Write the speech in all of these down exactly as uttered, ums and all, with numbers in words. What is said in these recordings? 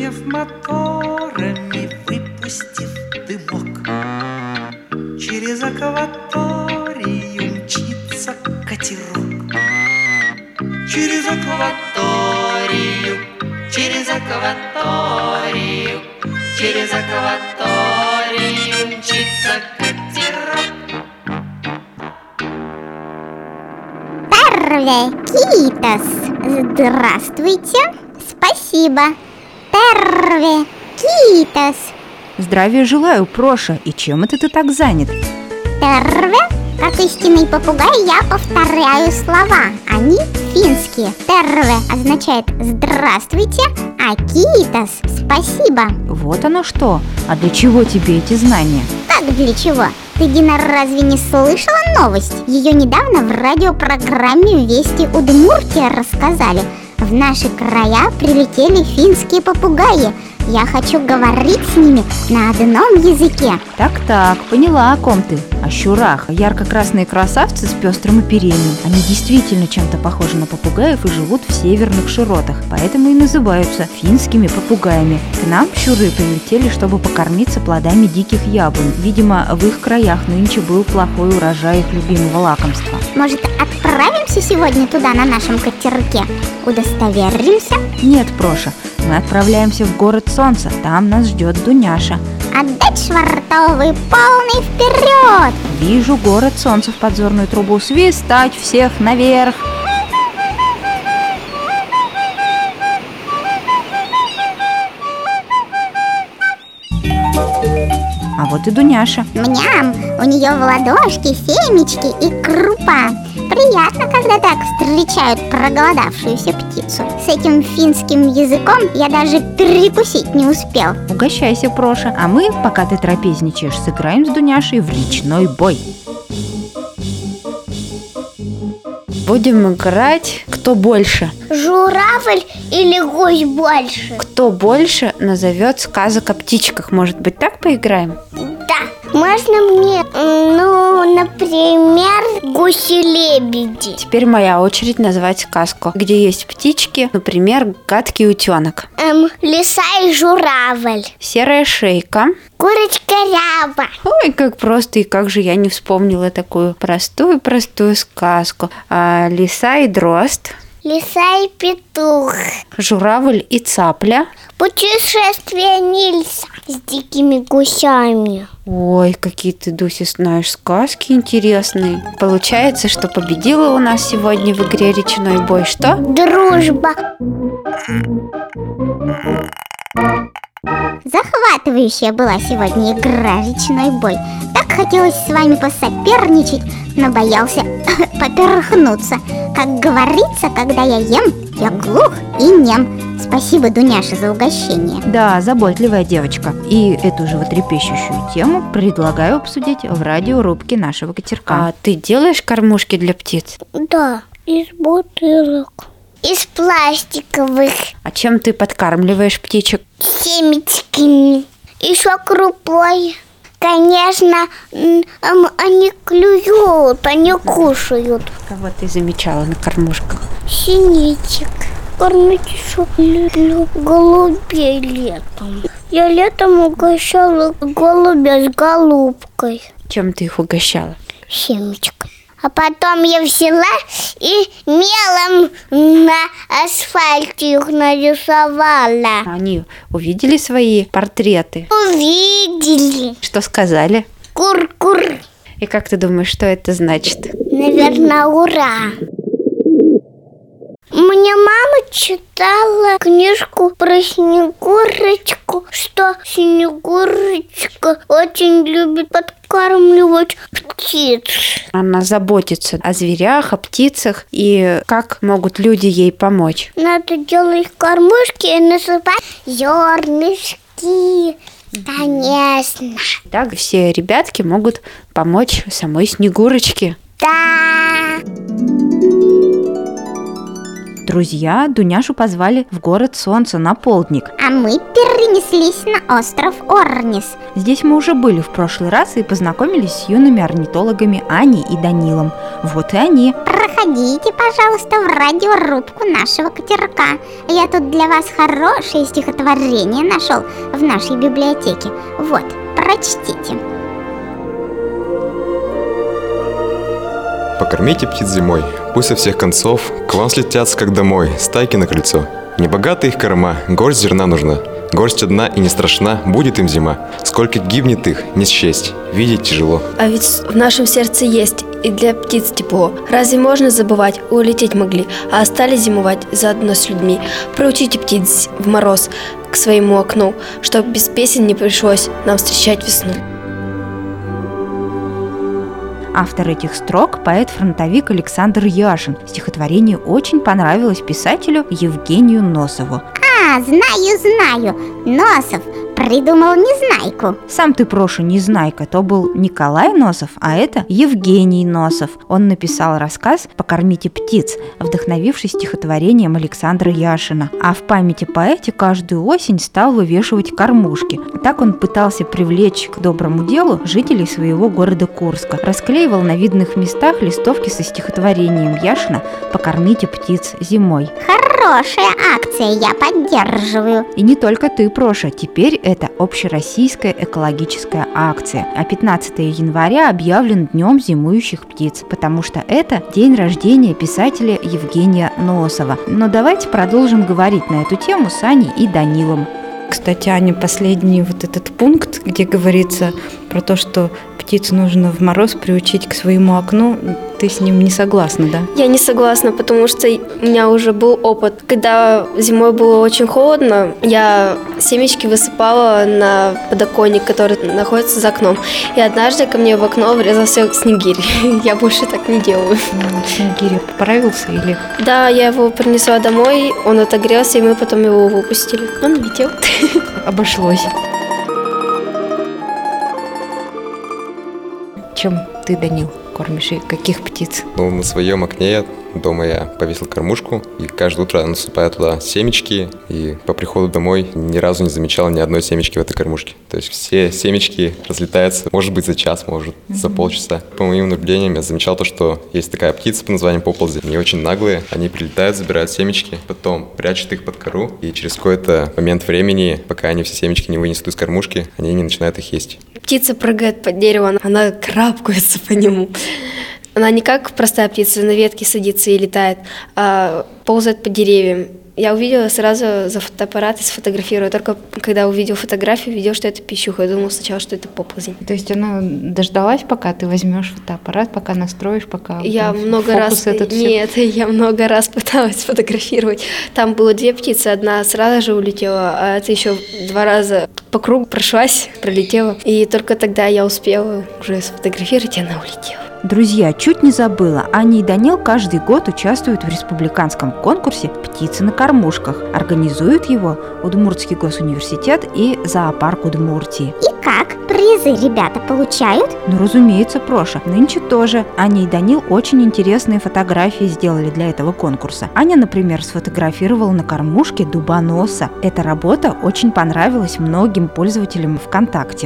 Загремев моторами, выпустив дымок, через акваторию мчится катерок. Через акваторию, через акваторию, через акваторию мчится катерок. Терве, китас, здравствуйте, спасибо. Терве, китас. Здравия желаю, Проша. И чем это ты так занят? Терве, как истинный попугай, я повторяю слова. Они финские. Терве означает «здравствуйте», а китас – «спасибо». Вот оно что. А для чего тебе эти знания? Как для чего? Ты, Дина, разве не слышала новость? Ее недавно в радиопрограмме «Вести Удмуртия» рассказали. В наши края прилетели финские попугаи. Я хочу говорить с ними на одном языке. Так-так, поняла, о ком ты. О щурах. Ярко-красные красавцы с пестрым оперением. Они действительно чем-то похожи на попугаев и живут в северных широтах. Поэтому и называются финскими попугаями. К нам щуры прилетели, чтобы покормиться плодами диких яблонь. Видимо, в их краях нынче был плохой урожай их любимого лакомства. Может, отправимся сегодня туда на нашем катерке? Удостоверимся? Нет, Проша, мы отправляемся в город Солнца. Там нас ждет Дуняша. Отдать швартовый полный вперед! Вижу город Солнца в подзорную трубу. Свистать всех наверх! А вот и Дуняша. Мням! У нее в ладошке семечки и крупа. Приятно, когда так встречают проголодавшуюся птицу. С этим финским языком я даже перекусить не успел. Угощайся, Проша. А мы, пока ты трапезничаешь, сыграем с Дуняшей в речной бой. Будем играть «Кто больше?». Журавль или гусь больше? Кто больше назовет сказок о птичках. Может быть, так поиграем? Да. Можно мне, ну, например, гуси-лебеди? Теперь моя очередь назвать сказку, где есть птички, например, гадкий утенок. Эм, лиса и журавль. Серая шейка. Курочка-ряба. Ой, как просто, и как же я не вспомнила такую простую-простую сказку. А, лиса и дрозд. Лиса и петух. Журавль и цапля. Путешествие Нильса с дикими гусями. Ой, какие ты, Дуся, знаешь сказки интересные. Получается, что победила у нас сегодня в игре «Речной бой» что? Дружба. Захватывающая была сегодня игра «Речной бой». Так хотелось с вами посоперничать, но боялся поперхнуться. Как говорится, когда я ем, я глух и нем. Спасибо, Дуняша, за угощение. Да, заботливая девочка. И эту животрепещущую тему предлагаю обсудить в радиорубке нашего катерка. А ты делаешь кормушки для птиц? Да, из бутылок. Из пластиковых. А чем ты подкармливаешь птичек? Семечками. Еще крупой. Конечно, они клюют, они кушают. Кого ты замечала на кормушках? Синичек. Кормить еще люблю голубей летом. Я летом угощала голубя с голубкой. Чем ты их угощала? Семечкой. А потом я взяла и мелом на асфальте их нарисовала. Они увидели свои портреты? Увидели. Что сказали? Кур-кур. И как ты думаешь, что это значит? Наверное, ура. Мне мама читала книжку про Снегурочку, что Снегурочка очень любит подкармливать птиц. Она заботится о зверях, о птицах, и как могут люди ей помочь? Надо делать кормушки и насыпать зернышки. Конечно. Так все ребятки могут помочь самой Снегурочке. Да. Друзья Дуняшу позвали в город Солнца на полдник. А мы перенеслись на остров Орнис. Здесь мы уже были в прошлый раз и познакомились с юными орнитологами Аней и Данилом. Вот и они. Проходите. заходите, пожалуйста, в радиорубку нашего катерка. Я тут для вас хорошее стихотворение нашел в нашей библиотеке. Вот, прочтите. Покормите птиц зимой, пусть со всех концов к вам слетятся, как домой, стайки на крыльцо. Небогатая их корма, горсть зерна нужна. Горсть одна и не страшна, будет им зима. Сколько гибнет их, не счесть, видеть тяжело. А ведь в нашем сердце есть и для птиц тепло. Разве можно забывать? Улететь могли, а остались зимовать заодно с людьми. Приучите птиц в мороз к своему окну, чтоб без песен не пришлось нам встречать весну. Автор этих строк – поэт-фронтовик Александр Яшин. Стихотворение очень понравилось писателю Евгению Носову. А, знаю, знаю, Носов придумал Незнайку. Сам ты, Проша, Незнайка, то был Николай Носов, а это Евгений Носов. Он написал рассказ «Покормите птиц», вдохновившись стихотворением Александра Яшина. А в памяти поэте каждую осень стал вывешивать кормушки. Так он пытался привлечь к доброму делу жителей своего города Курска. Расклеивал на видных местах листовки со стихотворением Яшина «Покормите птиц зимой». Хорошая акция, я поддерживаю. И не только ты, Проша, теперь это общероссийская экологическая акция. А пятнадцатого января объявлен Днем зимующих птиц, потому что это день рождения писателя Евгения Носова. Но давайте продолжим говорить на эту тему с Аней и Данилом. Кстати, Аня, последний вот этот пункт, где говорится про то, что птицу нужно в мороз приучить к своему окну, ты с ним не согласна, да? Я не согласна, потому что у меня уже был опыт. Когда зимой было очень холодно, я семечки высыпала на подоконник, который находится за окном. И однажды ко мне в окно врезался снегирь. Я больше так не делаю. Снегирь поправился или? Да, я его принесла домой, он отогрелся, и мы потом его выпустили. Он улетел. Обошлось. Чем ты, Данил, кормишь и каких птиц? Ну, на своем окне дома я повесил кормушку, и каждое утро насыпаю туда семечки, и по приходу домой ни разу не замечал ни одной семечки в этой кормушке. То есть все семечки разлетаются, может быть, за час, может, mm-hmm. за полчаса. По моим наблюдениям я замечал то, что есть такая птица под названием поползень. Они очень наглые, они прилетают, забирают семечки, потом прячут их под кору, и через какой-то момент времени, пока они все семечки не вынесут из кормушки, они не начинают их есть. Птица прыгает под дерево, она карабкается по нему. Она не как простая птица на ветке садится и летает, а ползает по деревьям. Я увидела сразу за фотоаппарат и сфотографировала. Только когда увидел фотографию, видел, что это пищуха. Я думала сначала, что это поползень. То есть она дождалась, пока ты возьмешь фотоаппарат, пока настроишь, пока я много раз этот нет, все... я много раз пыталась сфотографировать. Там было две птицы, одна сразу же улетела, а это еще два раза по кругу прошлась, пролетела. И только тогда я успела уже сфотографировать, и она улетела. Друзья, чуть не забыла, Аня и Данил каждый год участвуют в республиканском конкурсе «Птицы на кормушках». Организуют его Удмуртский госуниверситет и зоопарк Удмуртии. И как? Призы ребята получают? Ну, разумеется, Проша. Нынче тоже. Аня и Данил очень интересные фотографии сделали для этого конкурса. Аня, например, сфотографировала на кормушке дубоноса. Эта работа очень понравилась многим пользователям ВКонтакте.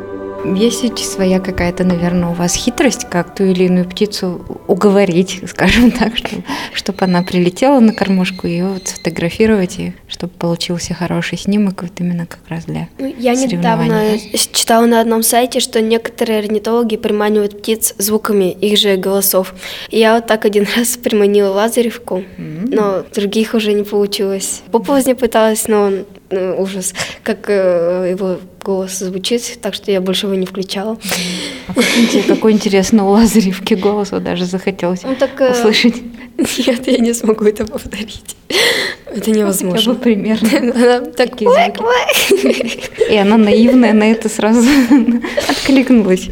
Есть ведь своя какая-то, наверное, у вас хитрость, как ту или иную птицу уговорить, скажем так, чтобы, чтобы она прилетела на кормушку, ее вот сфотографировать, и чтобы получился хороший снимок вот именно как раз для Я недавно читала на одном сайте, что некоторые орнитологи приманивают птиц звуками их же голосов. И я вот так один раз приманила лазаревку, mm-hmm. но других уже не получилось. Поползня пыталась, но он ну, ужас, как э, его голос звучит, так что я больше его не включала. А какой, какой интересный у лазаревки голос, вот даже захотелось ну, так, э... услышать. Нет, я не смогу это повторить. Это невозможно. Хотя бы примерно. Она так звуки. И она наивная на это сразу откликнулась.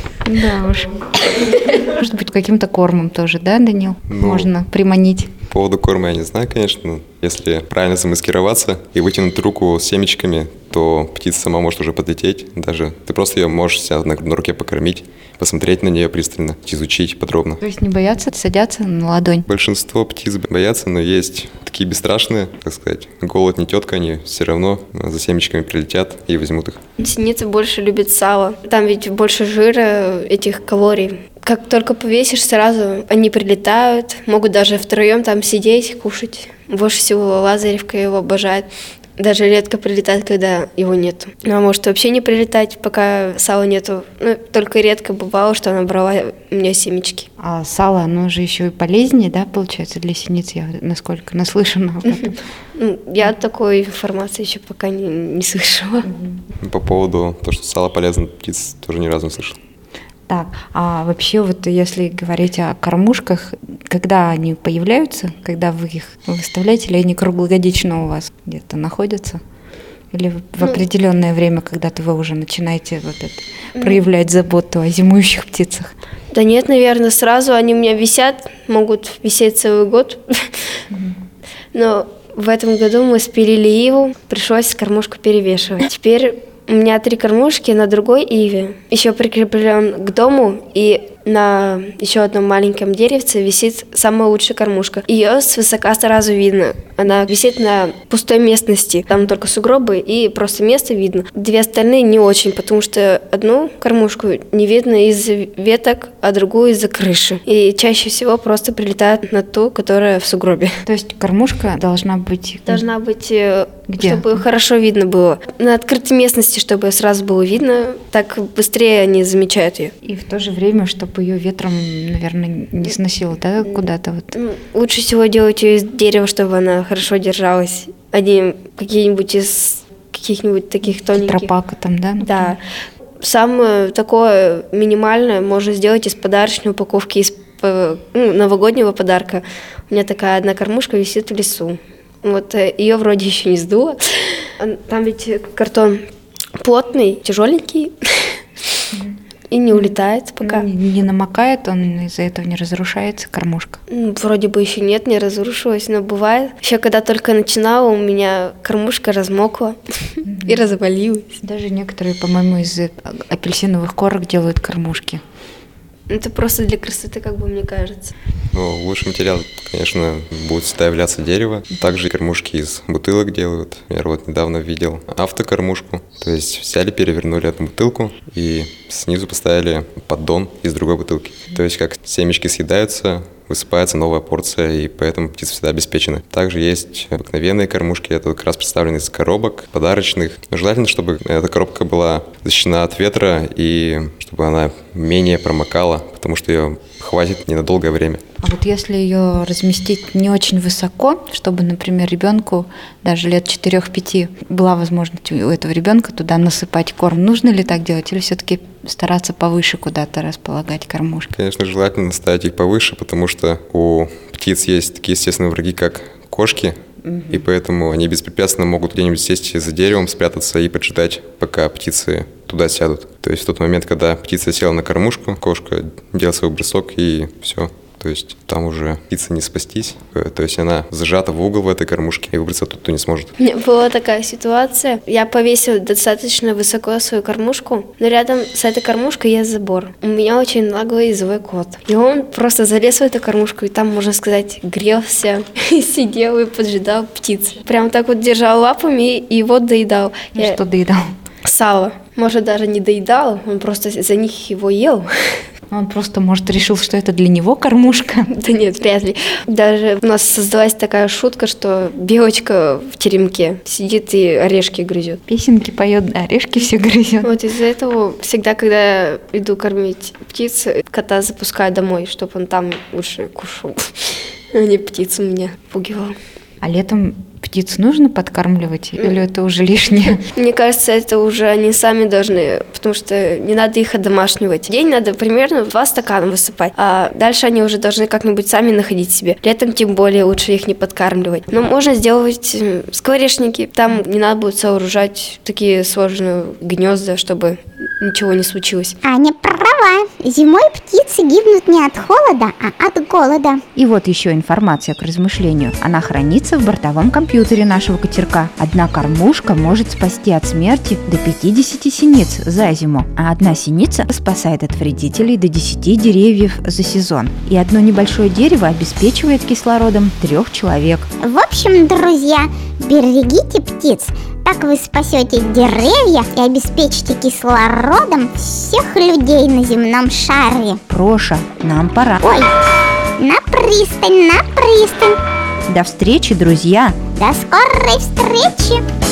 Да уж. Может быть, каким-то кормом тоже, да, Данил? Ну, можно приманить. По поводу корма я не знаю, конечно. Если правильно замаскироваться и вытянуть руку с семечками, то птица сама может уже подлететь. Даже ты просто ее можешь себя на, на руке покормить, посмотреть на нее пристально, изучить подробно. То есть не боятся садятся на ладонь? Большинство птиц боятся, но есть такие бесстрашные, так сказать. Голод не тетка, они все равно за семечками прилетят и возьмут их. Синица больше любит сало. Там ведь больше жира, этих калорий. Как только повесишь, сразу они прилетают, могут даже втроем там сидеть, кушать. Больше всего Лазаревка его обожает. Даже редко прилетает, когда его нету. Ну, а может вообще не прилетать, пока сала нету. Ну, только редко бывало, что она брала у меня семечки. А сало, оно же еще и полезнее, да, получается, для синиц, я насколько наслышана об этом. Ну, я такой информации еще пока не, не слышала. По поводу того, что сало полезно для птиц, тоже ни разу не слышал. Так, а вообще вот если говорить о кормушках, когда они появляются, когда вы их выставляете, или они круглогодично у вас где-то находятся? Или в Ну, определенное время, когда-то вы уже начинаете вот это, проявлять заботу о зимующих птицах? Да нет, наверное, сразу они у меня висят, могут висеть целый год. Но в этом году мы спилили иву, пришлось кормушку перевешивать. Теперь у меня три кормушки на другой иве. Еще прикреплен к дому, и на еще одном маленьком деревце висит самая лучшая кормушка. Ее свысока сразу видно. Она висит на пустой местности. Там только сугробы и просто место видно. Две остальные не очень, потому что одну кормушку не видно из-за веток, а другую из-за крыши. И чаще всего просто прилетает на ту, которая в сугробе. То есть кормушка должна быть... Должна быть, э, Где? чтобы хорошо видно было. На открытой местности, чтобы сразу было видно, так быстрее они замечают ее. И в то же время, чтобы ее ветром, наверное, не сносило, да, куда-то вот. Ну, лучше всего делать ее из дерева, чтобы она хорошо держалась, а не какие-нибудь из каких-нибудь таких тоненьких. Тропака там, да? например? Да. Самое такое минимальное можно сделать из подарочной упаковки, из э, ну, новогоднего подарка. У меня такая одна кормушка висит в лесу. Вот э, ее вроде еще не сдуло. Там ведь картон плотный, тяжеленький. И не улетает пока. Не, не намокает, он из-за этого не разрушается, кормушка. М, Вроде бы еще нет, не разрушилась, но бывает. Еще когда только начинала, у меня кормушка размокла и развалилась. Даже некоторые, по-моему, из э, апельсиновых корок делают кормушки. Это просто для красоты, как бы мне кажется. Но лучший материал, конечно, будет всегда являться дерево. Также кормушки из бутылок делают. Например, вот недавно видел автокормушку. То есть взяли, перевернули одну бутылку и снизу поставили поддон из другой бутылки. То есть как семечки съедаются, высыпается новая порция, и поэтому птицы всегда обеспечены. Также есть обыкновенные кормушки, это как раз представлены из коробок подарочных. Но желательно, чтобы эта коробка была защищена от ветра и чтобы она менее промокала, потому что ее хватит ненадолгое время. А вот если ее разместить не очень высоко, чтобы, например, ребенку даже лет четырех-пяти была возможность у этого ребенка туда насыпать корм, нужно ли так делать или все-таки стараться повыше куда-то располагать кормушки? Конечно, желательно ставить их повыше, потому что у птиц есть такие естественные враги, как кошки, и поэтому они беспрепятственно могут где-нибудь сесть за деревом, спрятаться и поджидать, пока птицы туда сядут. То есть в тот момент, когда птица села на кормушку, кошка делает свой бросок и все. То есть там уже птице не спастись. То есть она зажата в угол в этой кормушке и выбраться оттуда не сможет. У меня была такая ситуация. Я повесила достаточно высоко свою кормушку, но рядом с этой кормушкой есть забор. У меня очень наглый и злой кот. И он просто залез в эту кормушку и там, можно сказать, грелся, сидел и поджидал птиц. Прям так вот держал лапами и вот доедал. Ну, Я- что доедал? Сало. Может, даже не доедал, он просто за них его ел. Он просто, может, решил, что это для него кормушка. Да нет, вряд ли. Даже у нас создалась такая шутка, что белочка в теремке сидит и орешки грызет. Песенки поет, да, орешки все грызет. Вот из-за этого всегда, когда я иду кормить птиц, кота запускаю домой, чтобы он там лучше кушал, а не птицу меня пугивал. А летом птиц нужно подкармливать или это уже лишнее? Мне кажется, это уже они сами должны, потому что не надо их одомашнивать. В день надо примерно два стакана высыпать, а дальше они уже должны как-нибудь сами находить себе. Летом тем более лучше их не подкармливать. Но можно сделать э, скворечники, там не надо будет сооружать такие сложные гнезда, чтобы ничего не случилось. Аня права. Зимой птицы гибнут не от холода, а от голода. И вот еще информация к размышлению. Она хранится в бортовом компьютере нашего катерка. Одна кормушка может спасти от смерти до пятидесяти синиц за зиму, а одна синица спасает от вредителей до десяти деревьев за сезон. И одно небольшое дерево обеспечивает кислородом трех человек. В общем, друзья, Берегите птиц, так вы спасете деревья и обеспечите кислородом всех людей на земном шаре. Проша, нам пора. Ой, на пристань, на пристань. До встречи, друзья! До скорой встречи!